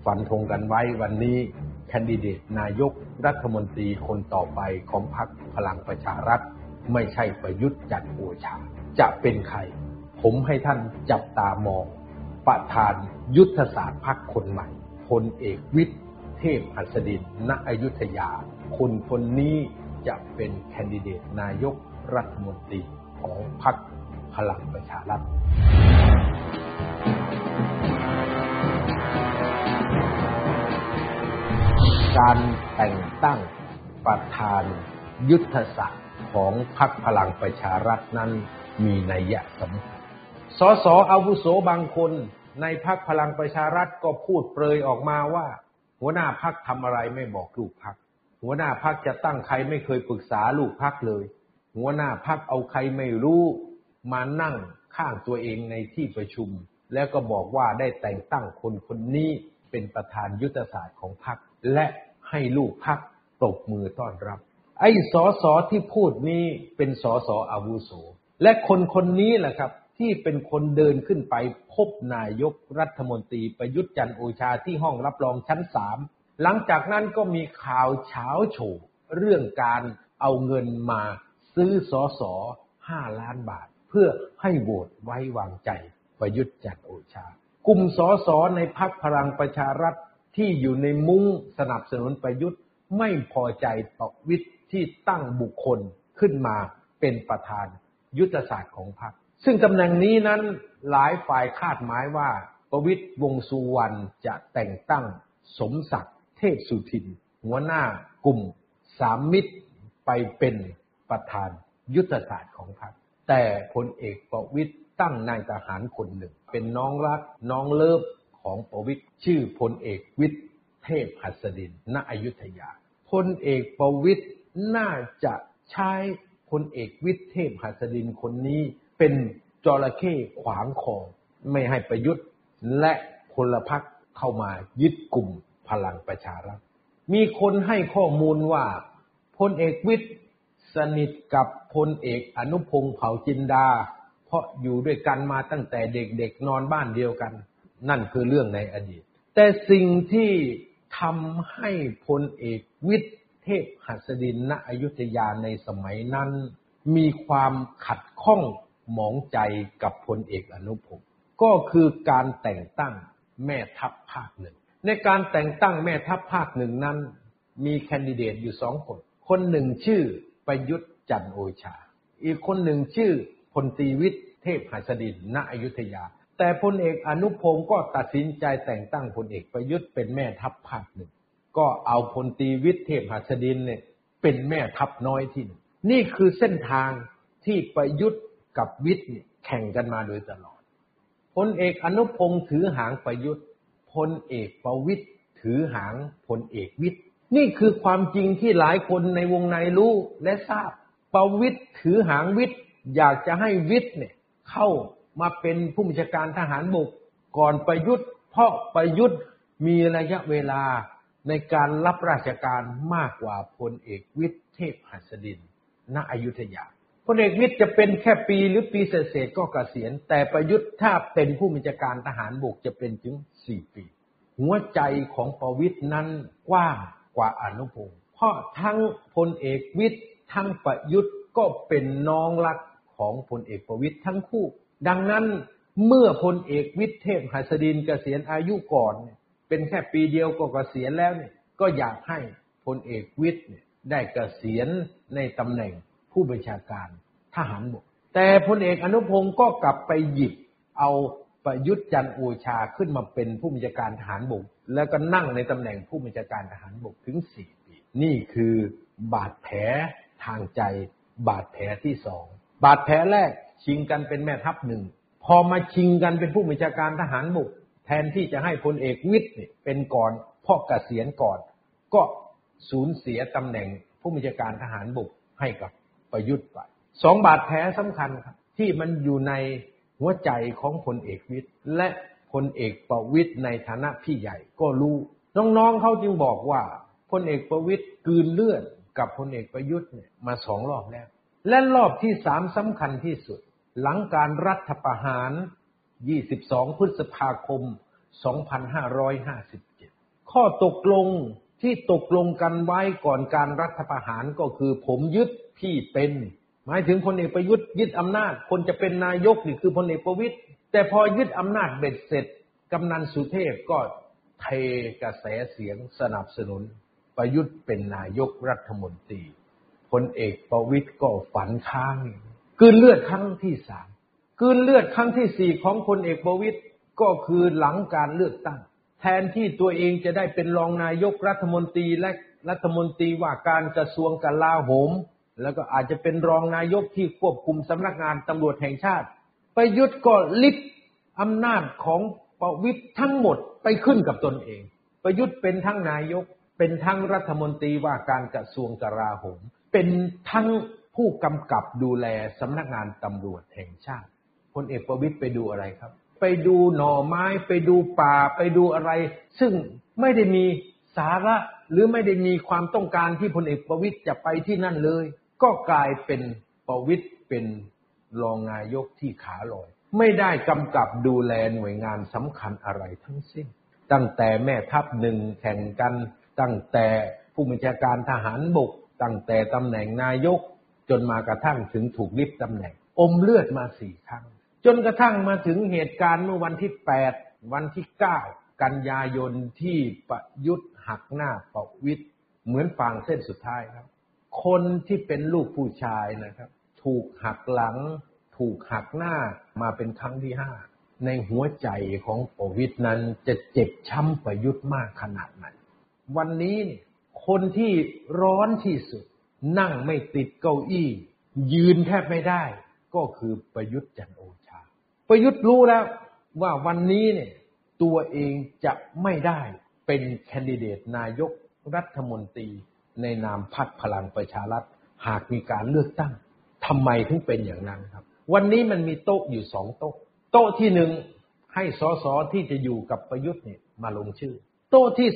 ฟันธงกันไว้วันนี้แคนดิเดตนายกรัฐมนตรีคนต่อไปของพรรคพลังประชารัฐไม่ใช่ประยุทธ์จันทร์โอชาจะเป็นใครผมให้ท่านจับตามองประธานยุทธศาสตร์พรรคคนใหม่พลเอกวิทย์เทพหัสดินณอยุธยาคนนี้จะเป็นแคนดิเดตนายกรัฐมนตรีของพรรคพลังประชารัฐการแต่งตั้งประธานยุทธศาสตร์ของพรรคพลังประชารัฐนั้นมีนัยสำคัญสสอาวุโสบางคนในพรรคพลังประชารัฐก็พูดเปรยออกมาว่าหัวหน้าพรรคทำอะไรไม่บอกลูกพรรคหัวหน้าพรรคจะตั้งใครไม่เคยปรึกษาลูกพรรคเลยหัวหน้าพรรคเอาใครไม่รู้มานั่งข้างตัวเองในที่ประชุมแล้วก็บอกว่าได้แต่งตั้งคนนี้เป็นประธานยุทธศาสตร์ของพรรคและให้ลูกพรรคตบมือต้อนรับไอ้สสที่พูดนี้เป็นสสอาวุโสและคนนี้แหละครับที่เป็นคนเดินขึ้นไปพบนายกรัฐมนตรีประยุทธ์จันทร์โอชาที่ห้องรับรองชั้น3หลังจากนั้นก็มีข่าวเฉาโฉวเรื่องการเอาเงินมาซื้อสส5 ล้านบาทเพื่อให้โหวตไว้วางใจประยุทธ์จันทร์โอชากลุ่มสสในพรรคพลังประชารัฐที่อยู่ในมุ้งสนับสนุนประยุทธ์ไม่พอใจประวิตรที่ตั้งบุคคลขึ้นมาเป็นประธานยุทธศาสตร์ของพรรคซึ่งตำแหน่งนี้นั้นหลายฝ่ายคาดหมายว่าประวิตรวงษ์สุวรรณจะแต่งตั้งสมศักดิ์เทพสุทินหัวหน้ากลุ่มสามมิตรไปเป็นประธานยุทธศาสตร์ของพรรคแต่พลเอกประวิตรตั้งนายทหารคนหนึ่งเป็นน้องรักน้องเลิฟของประวิตรชื่อพลเอกวิทย์เทพหัสดินณอยุธยาพลเอกประวิตรน่าจะใช้พลเอกวิทย์เทพหัสดินคนนี้เป็นจระเข้ขวางคอไม่ให้ประยุทธ์และพลพรรคเข้ามายึดกลุ่มพลังประชารัฐมีคนให้ข้อมูลว่าพลเอกวิทย์สนิทกับพลเอกอนุพงษ์เผ่าจินดาเพราะอยู่ด้วยกันมาตั้งแต่เด็กๆนอนบ้านเดียวกันนั่นคือเรื่องในอดีตแต่สิ่งที่ทำให้พลเอกวิทย์เทพหัสดินณอยุธยาในสมัยนั้นมีความขัดข้องหมองใจกับพลเอกอนุพงษ์ก็คือการแต่งตั้งแม่ทัพภาคหนึ่งในการแต่งตั้งแม่ทัพภาคหนึ่งนั้นมีแคนดิเดตอยู่2 คนคนหนึ่งชื่อประยุทธ์จันทร์โอชาอีกคนหนึ่งชื่อพลตรีวิทย์เทพหัสดินณอยุธยาแต่พลเอกอนุพงศ์ก็ตัดสินใจแต่งตั้งพลเอกประยุทธ์เป็นแม่ทัพภาคหนึ่งก็เอาพลตรีวิทย์เทพหัสดินเนี่ยเป็นแม่ทัพน้อยที่1นี่คือเส้นทางที่ประยุทธ์กับวิทย์เนี่ยแข่งกันมาโดยตลอดพลเอกอนุพงศ์ถือหางประยุทธ์พลเอกประวิตรถือหางพลเอกวิทย์นี่คือความจริงที่หลายคนในวงในรู้และทราบประวิตรถือหางวิทย์อยากจะให้วิทย์เนี่ยเข้ามาเป็นผู้บัญชาการทหารบกก่อนประยุทธ์เพราะประยุทธ์มีระยะเวลาในการรับราชการมากกว่าพลเอกวิทย์เทพหัสดินณอยุธยาพลเอกวิทย์จะเป็นแค่ปีหรือปีเศษๆก็เกษียณแต่ประยุทธ์ถ้าเป็นผู้บัญชาการทหารบกจะเป็นถึง4 ปีหัวใจของประวิตรนั้นกว้างกว่าอนุพงศ์เพราะทั้งพลเอกวิทย์ทั้งประยุทธ์ก็เป็นน้องรักของพลเอกประวิตรทั้งคู่ดังนั้นเมื่อพลเอกวิทย์เทพหัสดินเกษียณอายุก่อนเป็นแค่ปีเดียวก็เกษียณแล้วเนี่ยก็อยากให้พลเอกวิทย์ได้เกษียณในตำแหน่งผู้บัญชาการทหารบกแต่พลเอกอนุพงศ์ก็กลับไปหยิบเอาประยุทธ์จันทร์โอชาขึ้นมาเป็นผู้บัญชาการทหารบกแล้วก็นั่งในตำแหน่งผู้บัญชาการทหารบกถึง4 ปีนี่คือบาดแผลทางใจบาดแผลที่2บาดแผลแรกชิงกันเป็นแม่ทัพหนึ่งพอมาชิงกันเป็นผู้บัญชาการทหารบกแทนที่จะให้พลเอกวิทย์เป็นก่อนเพราะเกษียณก่อนก็สูญเสียตำแหน่งผู้บัญชาการทหารบกให้กับประยุทธ์ไป2 บาดแผลสำคัญครับที่มันอยู่ในหัวใจของพลเอกวิทย์และพลเอกประวิตรในฐานะพี่ใหญ่ก็รู้น้องๆเขาจึงบอกว่าพลเอกประวิตรกลืนเลือดกับพลเอกประยุทธ์มา2 รอบแล้วและรอบที่3สำคัญที่สุดหลังการรัฐประหาร22 พฤษภาคม 2557 ข้อตกลงที่ตกลงกันไว้ก่อนการรัฐประหารก็คือผมยึดพี่เป็นหมายถึงพลเอกประยุทธ์ยึดอำนาจคนจะเป็นนายกนี่คือพลเอกประวิตรแต่พอยึดอำนาจเบ็ดเสร็จกำนันสุเทพก็เทกระแสเสียงสนับสนุนประยุทธ์เป็นนายกรัฐมนตรีพลเอกประวิตรก็ฝันค้างกลืนเลือดครั้งที่3กลืนเลือดครั้งที่4ของพลเอกประวิตรก็คือหลังการเลือกตั้งแทนที่ตัวเองจะได้เป็นรองนายกรัฐมนตรีและรัฐมนตรีว่าการกระทรวงกลาโหมแล้วก็อาจจะเป็นรองนายกที่ควบคุมสำนักงานตำรวจแห่งชาติประยุทธ์ก็ลิดอำนาจของประวิตรทั้งหมดไปขึ้นกับตนเองประยุทธ์เป็นทั้งนายกเป็นทั้งรัฐมนตรีว่าการกระทรวงกลาโหมเป็นทั้งผู้กำกับดูแลสำนักงานตำรวจแห่งชาติพลเอกประวิตรไปดูอะไรครับไปดูหน่อไม้ไปดูป่าไปดูอะไรซึ่งไม่ได้มีสาระหรือไม่ได้มีความต้องการที่พลเอกประวิตรจะไปที่นั่นเลยก็กลายเป็นประวิตรเป็นรองนายกที่ขาลอยไม่ได้กำกับดูแลหน่วยงานสำคัญอะไรทั้งสิ้นตั้งแต่แม่ทัพหนึ่งแข่งกันตั้งแต่ผู้บัญชาการทหารบกตั้งแต่ตำแหน่งนายกจนมากระทั่งถึงถูกลิฟตำแหน่งอมเลือดมา4 ครั้งจนกระทั่งมาถึงเหตุการณ์เมื่อวันที่8วันที่9กันยายนที่ประยุทธ์หักหน้าประวิตรเหมือนฟางเส้นสุดท้ายครับคนที่เป็นลูกผู้ชายนะครับถูกหักหลังถูกหักหน้ามาเป็นครั้งที่5ในหัวใจของประวิตรนั้นจะเจ็บช้ำประยุทธ์มากขนาดไหนวันนี้คนที่ร้อนที่สุดนั่งไม่ติดเก้าอี้ยืนแทบไม่ได้ก็คือประยุทธ์จันทร์โอชาประยุทธ์รู้แล้วว่าวันนี้ตัวเองจะไม่ได้เป็นแคนดิเดตนายกรัฐมนตรีในนามพรรคพลังประชารัฐหากมีการเลือกตั้งทำไมถึงเป็นอย่างนั้นครับวันนี้มันมีโต๊ะอยู่2 โต๊ะโต๊ะที่1ให้สสที่จะอยู่กับประยุทธ์มาลงชื่อโต๊ะที่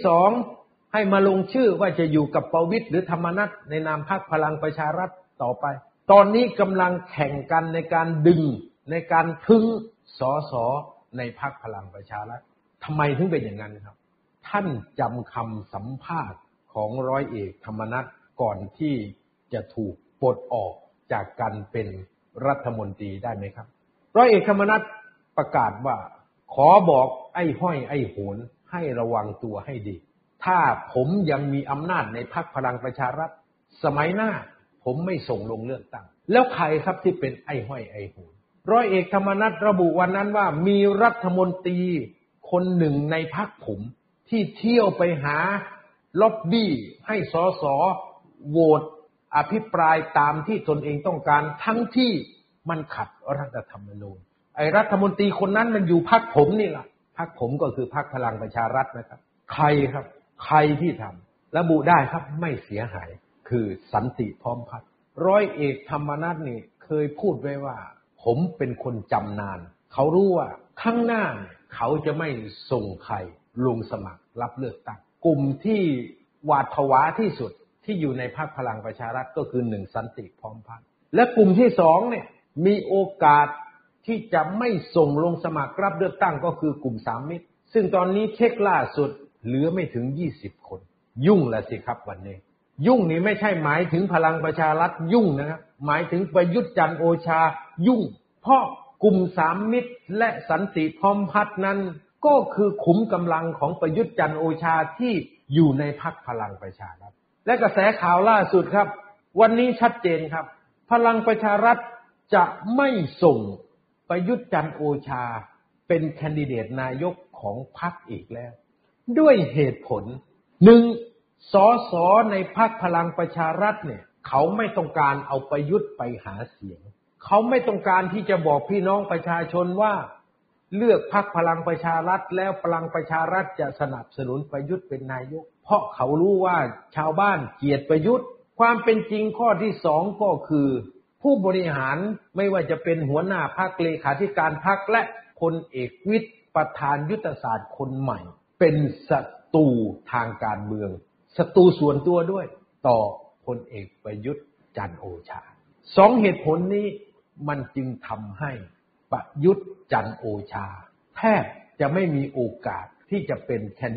2ให้มาลงชื่อว่าจะอยู่กับประวิตรหรือธรรมนัสในนามพรรคพลังประชารัฐต่อไปตอนนี้กำลังแข่งกันในการดึงในการทึงสสในพรรคพลังประชารัฐทำไมถึงเป็นอย่างนั้นครับท่านจำคำสัมภาษณ์ของร้อยเอกธรรมนัสก่อนที่จะถูกปลดออกจากการเป็นรัฐมนตรีได้ไหมครับร้อยเอกธรรมนัสประกาศว่าขอบอกไอ้ห้อยไอ้โหนให้ระวังตัวให้ดีถ้าผมยังมีอำนาจในพรรคพลังประชารัฐสมัยหน้าผมไม่ส่งลงเลือกตั้งแล้วใครครับที่เป็นไอ้ห้อยไอ้โหนร้อยเอกธรรมนัสระบุวันนั้นว่ามีรัฐมนตรีคนหนึ่งในพรรคผมที่เที่ยวไปหาล็อบบี้ให้สสโหวตอภิปรายตามที่ตนเองต้องการทั้งที่มันขัดรัฐธรรมนูญไอ้รัฐมนตรีคนนั้นมันอยู่พรรคผมนี่แหละพรรคผมก็คือพรรคพลังประชารัฐนะครับใครครับใครที่ทำระบุได้ครับไม่เสียหายคือสันติพร้อมพัฒน์ร้อยเอกธรรมนัสนี่เคยพูดไว้ว่าผมเป็นคนจำนานเขารู้ว่าข้างหน้าเขาจะไม่ส่งใครลงสมัครรับเลือกตั้งกลุ่มที่หวาดผวาที่สุดที่อยู่ในพรรคพลังประชารัฐก็คือ1สันติพร้อมพัฒน์และกลุ่มที่2มีโอกาสที่จะไม่ส่งลงสมัครรับเลือกตั้งก็คือกลุ่ม3มิตรซึ่งตอนนี้เช็คล่าสุดเหลือไม่ถึง20 คนยุ่งละสิครับวันนี้ยุ่งนี่ไม่ใช่หมายถึงพลังประชารัฐยุ่งนะครับหมายถึงประยุทธ์จันทร์โอชายุ่งเพราะกลุ่ม3มิตรและสันติพร้อมพัฒน์นั้นก็คือขุมกำลังของประยุทธ์จันทร์โอชาที่อยู่ในพรรคพลังประชารัฐและกระแสข่าวล่าสุดครับวันนี้ชัดเจนครับพลังประชารัฐจะไม่ส่งประยุทธ์จันทร์โอชาเป็นแคนดิเดตนายกของพรรคอีกแล้วด้วยเหตุผล1สสในพรรคพลังประชารัฐเขาไม่ต้องการเอาประยุทธ์ไปหาเสียงเขาไม่ต้องการที่จะบอกพี่น้องประชาชนว่าเลือกพรรคพลังประชารัฐแล้วพลังประชารัฐจะสนับสนุนประยุทธ์เป็นนายกเพราะเขารู้ว่าชาวบ้านเกลียดประยุทธ์ความเป็นจริงข้อที่2ก็คือผู้บริหารไม่ว่าจะเป็นหัวหน้าพรรคเลขาธิการพรรคและพลเอกวิทย์ประธานยุทธศาสตร์คนใหม่เป็นศัตรูทางการเมืองศัตรูส่วนตัวด้วยต่อพลเอกประยุทธ์จันทร์โอชา2เหตุผลนี้มันจึงทำให้ประยุทธ์จันทร์โอชาแทบจะไม่มีโอกาสที่จะเป็นแคนดิเดต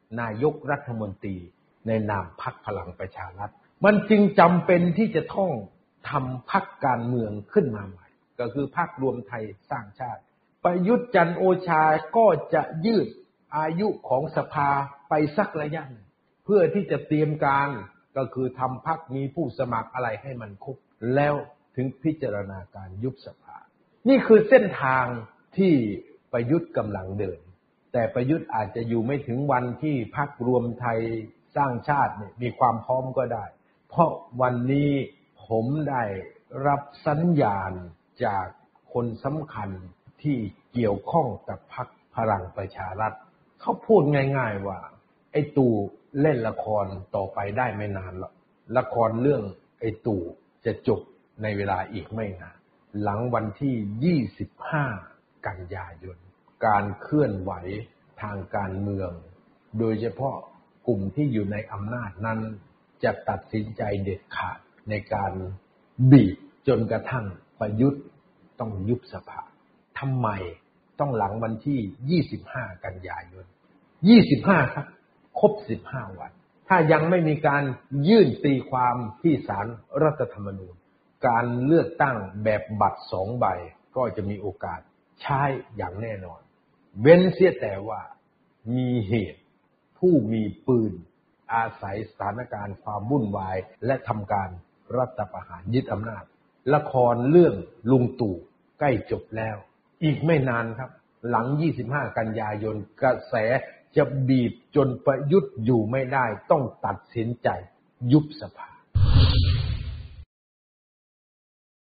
นายกรัฐมนตรีในนามพรรคพลังประชารัฐมันจึงจำเป็นที่จะต้องทำพรรคการเมืองขึ้นมาใหม่ก็คือพรรครวมไทยสร้างชาติประยุทธ์จันทร์โอชาก็จะยืดอายุของสภาไปสักระยะหนึ่งเพื่อที่จะเตรียมการก็คือทำพรรคมีผู้สมัครอะไรให้มันครบแล้วถึงพิจารณาการยุบสภานี่คือเส้นทางที่ประยุทธ์กำลังเดินแต่ประยุทธ์อาจจะอยู่ไม่ถึงวันที่พรรครวมไทยสร้างชาติมีความพร้อมก็ได้เพราะวันนี้ผมได้รับสัญญาณจากคนสำคัญที่เกี่ยวข้องกับพรรคพลังประชารัฐเขาพูดง่ายๆว่าไอ้ตู่เล่นละครต่อไปได้ไม่นานหรอกละครเรื่องไอ้ตู่จะจบในเวลาอีกไม่นานหลังวันที่25กันยายนการเคลื่อนไหวทางการเมืองโดยเฉพาะกลุ่มที่อยู่ในอำนาจนั้นจะตัดสินใจเด็ดขาดในการบีบจนกระทั่งประยุทธ์ต้องยุบสภาทำไมต้องหลังวันที่25กันยายน25ครับครบ15วันถ้ายังไม่มีการยื่นตีความที่ศาลรัฐธรรมนูญการเลือกตั้งแบบบัตร2ใบก็จะมีโอกาสใช้อย่างแน่นอนเว้นเสียแต่ว่ามีเหตุผู้มีปืนอาศัยสถานการณ์ความวุ่นวายและทำการรัฐประหารยึดอำนาจละครเรื่องลุงตู่ใกล้จบแล้วอีกไม่นานครับหลัง25กันยายนกระแสจะบีบจนประยุทธ์อยู่ไม่ได้ต้องตัดสินใจยุบสภา